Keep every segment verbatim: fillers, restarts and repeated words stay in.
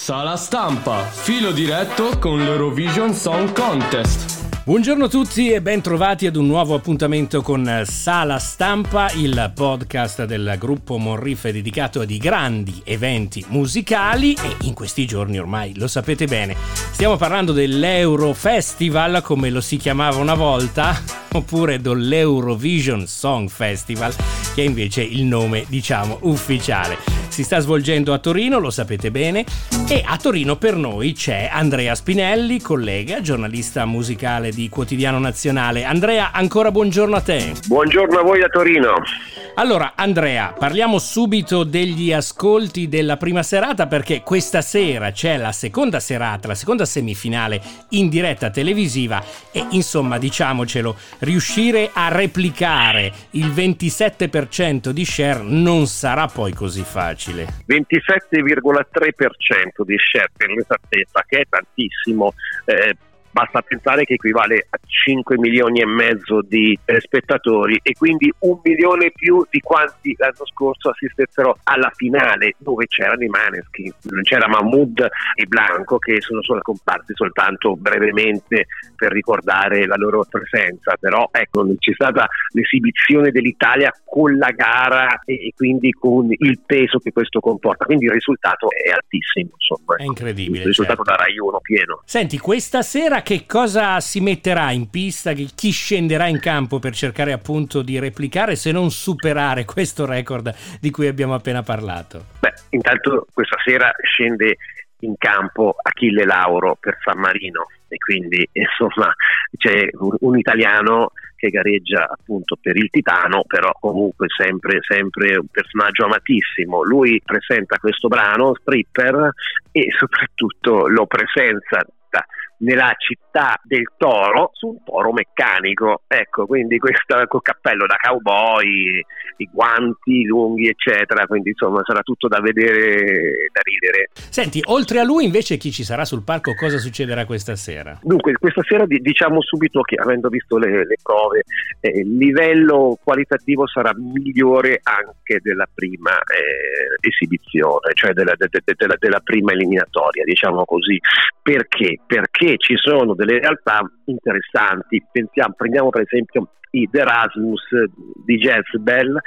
Sala Stampa, filo diretto con l'Eurovision Song Contest. Buongiorno a tutti e ben trovati ad un nuovo appuntamento con Sala Stampa, il podcast del gruppo Monriff dedicato ai grandi eventi musicali, e in questi giorni ormai lo sapete bene stiamo parlando dell'Eurofestival, come lo si chiamava una volta, oppure dell'Eurovision Song Festival, che è invece il nome, diciamo, ufficiale. Si sta svolgendo a Torino, lo sapete bene, e a Torino per noi c'è Andrea Spinelli, collega, giornalista musicale di Quotidiano Nazionale. Andrea, ancora buongiorno a te. Buongiorno a voi da Torino. Allora, Andrea, parliamo subito degli ascolti della prima serata, perché questa sera c'è la seconda serata, la seconda semifinale in diretta televisiva e, insomma, diciamocelo, riuscire a replicare il ventisette per cento di share non sarà poi così facile. ventisette virgola tre per cento di share per l'esattezza, che è tantissimo. Eh, Basta pensare che equivale a cinque milioni e mezzo di eh, spettatori, e quindi un milione più di quanti l'anno scorso assistessero alla finale, dove c'erano i Maneskin. C'era Mahmood e Blanco, che sono solo comparsi soltanto brevemente per ricordare la loro presenza, però ecco, non c'è stata l'esibizione dell'Italia con la gara e, e quindi con il peso che questo comporta, quindi il risultato è altissimo, insomma. È incredibile. Il risultato certo. da Rai uno pieno. Senti, questa sera che cosa si metterà in pista? Chi scenderà in campo per cercare appunto di replicare, se non superare, questo record di cui abbiamo appena parlato? Beh, intanto questa sera scende in campo Achille Lauro per San Marino, e quindi insomma c'è un, un italiano che gareggia appunto per il Titano, però comunque sempre, sempre un personaggio amatissimo. Lui presenta questo brano, Stripper, e soprattutto lo presenta nella città del toro su un toro meccanico, ecco, quindi questo col cappello da cowboy, i guanti lunghi eccetera, quindi insomma sarà tutto da vedere, da ridere. Senti, oltre a lui invece chi ci sarà sul palco, cosa succederà questa sera? Dunque, questa sera diciamo subito che, avendo visto le, le prove, eh, il livello qualitativo sarà migliore anche della prima eh, esibizione, cioè della, de, de, della, della prima eliminatoria, diciamo così. Perché? Perché ci sono delle realtà interessanti. Pensiamo, prendiamo per esempio i The Rasmus di Jezebel,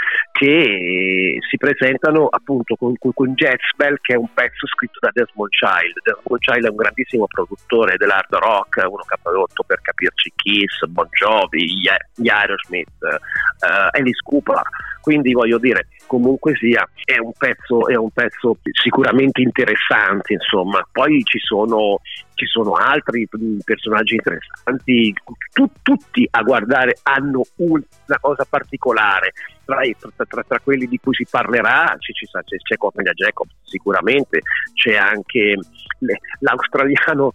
che si presentano appunto con, con, con Jezebel, che è un pezzo scritto da Desmond Child. Desmond Child è un grandissimo produttore dell'hard rock, uno che ha prodotto, per capirci, Kiss, Bon Jovi, gli Aerosmith, uh, Alice Cooper. Quindi voglio dire, comunque sia, è un pezzo, è un pezzo sicuramente interessante, insomma. Poi ci sono ci sono altri personaggi interessanti, tu, tutti a guardare hanno una cosa particolare. Tra, tra, tra, tra quelli di cui si parlerà c'è, c'è, c'è Cornelia Jacobs sicuramente, c'è anche le, l'australiano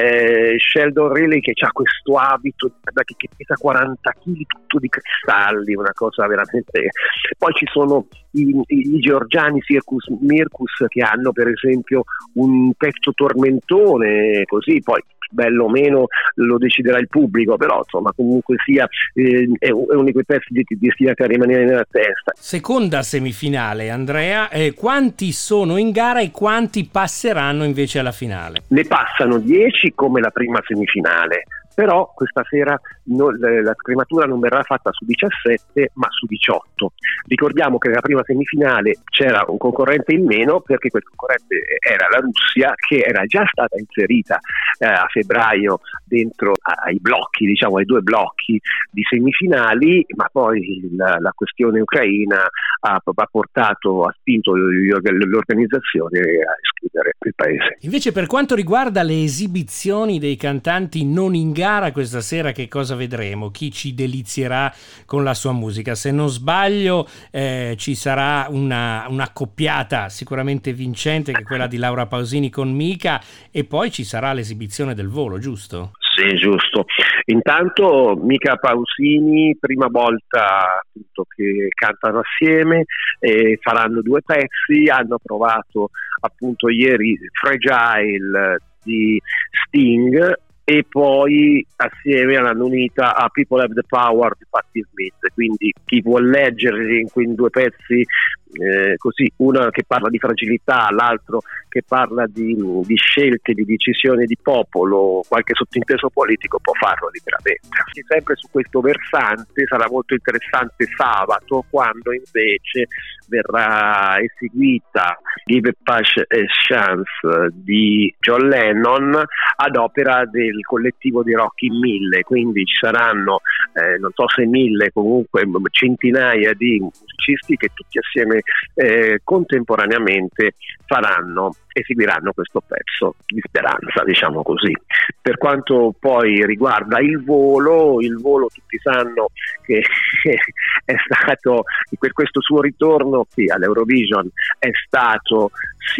eh, Sheldon Riley, che ha questo abito che, che pesa quaranta chili, tutto di cristalli, una cosa veramente. Poi ci sono i, i georgiani Circus Mircus, che hanno per esempio un pezzo tormentone, così, poi bello o meno lo deciderà il pubblico, però insomma comunque sia eh, è uno di quei pezzi destinati a rimanere nella testa. Seconda semifinale, Andrea, eh, quanti sono in gara e quanti passeranno invece alla finale? Ne passano dieci come la prima semifinale, però questa sera non, la scrematura non verrà fatta su diciassette ma su diciotto. Ricordiamo che nella prima semifinale c'era un concorrente in meno, perché quel concorrente era la Russia, che era già stata inserita eh, a febbraio dentro ai blocchi, diciamo ai due blocchi di semifinali, ma poi la, la questione ucraina ha, ha portato, ha spinto l'organizzazione a escludere il paese. Invece, per quanto riguarda le esibizioni dei cantanti non in gara questa sera, che cosa vedremo? Chi ci delizierà con la sua musica? Se non sbaglio eh, ci sarà una, una coppiata sicuramente vincente, che è quella di Laura Pausini con Mika, e poi ci sarà l'esibizione del volo, giusto? Sì, giusto. Intanto Mika Pausini, prima volta appunto che cantano assieme, e faranno due pezzi. Hanno provato appunto ieri Fragile di Sting, e poi assieme l'hanno unita a People Have the Power di Patti Smith. Quindi chi vuol leggere in quei due pezzi eh, così, uno che parla di fragilità, l'altro che parla di, di scelte, di decisioni di popolo, qualche sottinteso politico, può farlo liberamente. Sempre su questo versante sarà molto interessante sabato, quando invece verrà eseguita Give a Push a Chance di John Lennon ad opera del collettivo di Rock in Mille. Quindi ci saranno eh, non so se mille, comunque centinaia di musicisti che tutti assieme eh, contemporaneamente faranno eseguiranno questo pezzo di speranza, diciamo così. Per quanto poi riguarda il volo, il volo tutti sanno che è stato, per questo suo ritorno qui all'Eurovision, è stato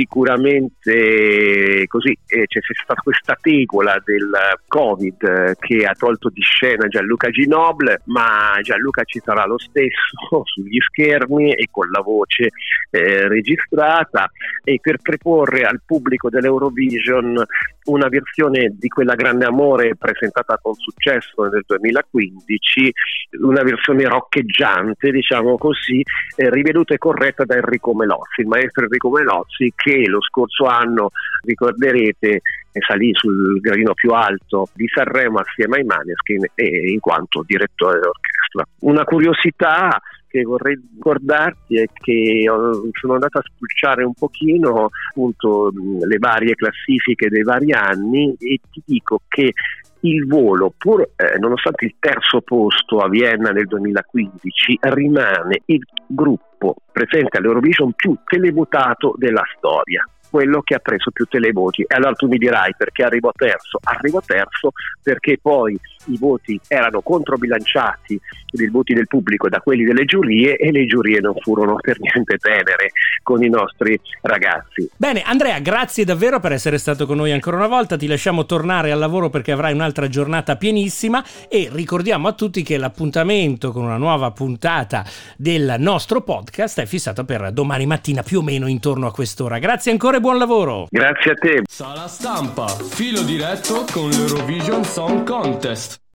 sicuramente così, eh, c'è stata questa tegola del Covid eh, che ha tolto di scena Gianluca Ginoble, ma Gianluca ci sarà lo stesso sugli schermi e con la voce eh, registrata, e per preporre al pubblico dell'Eurovision una versione di Quella grande amore presentata con successo nel duemilaquindici, una versione roccheggiante, diciamo così, eh, riveduta e corretta da Enrico Melozzi, il maestro Enrico Melozzi, che lo scorso anno, ricorderete, salì sul gradino più alto di Sanremo assieme ai Maneskin e in quanto direttore d'orchestra. Una curiosità che vorrei ricordarti è che sono andato a spulciare un pochino appunto le varie classifiche dei vari anni e ti dico che il volo, pur eh, nonostante il terzo posto a Vienna nel duemilaquindici, rimane il gruppo presente all'Eurovision più televotato della storia, quello che ha preso più televoti. E allora tu mi dirai perché arrivo terzo? Arrivo terzo perché poi i voti erano controbilanciati, i voti del pubblico da quelli delle giurie, e le giurie non furono per niente tenere con i nostri ragazzi. Bene, Andrea, grazie davvero per essere stato con noi ancora una volta. Ti lasciamo tornare al lavoro perché avrai un'altra giornata pienissima, e ricordiamo a tutti che l'appuntamento con una nuova puntata del nostro podcast è fissato per domani mattina più o meno intorno a quest'ora. Grazie ancora e buon lavoro. Grazie a te. Sala Stampa, filo diretto con l'Eurovision Song Contest.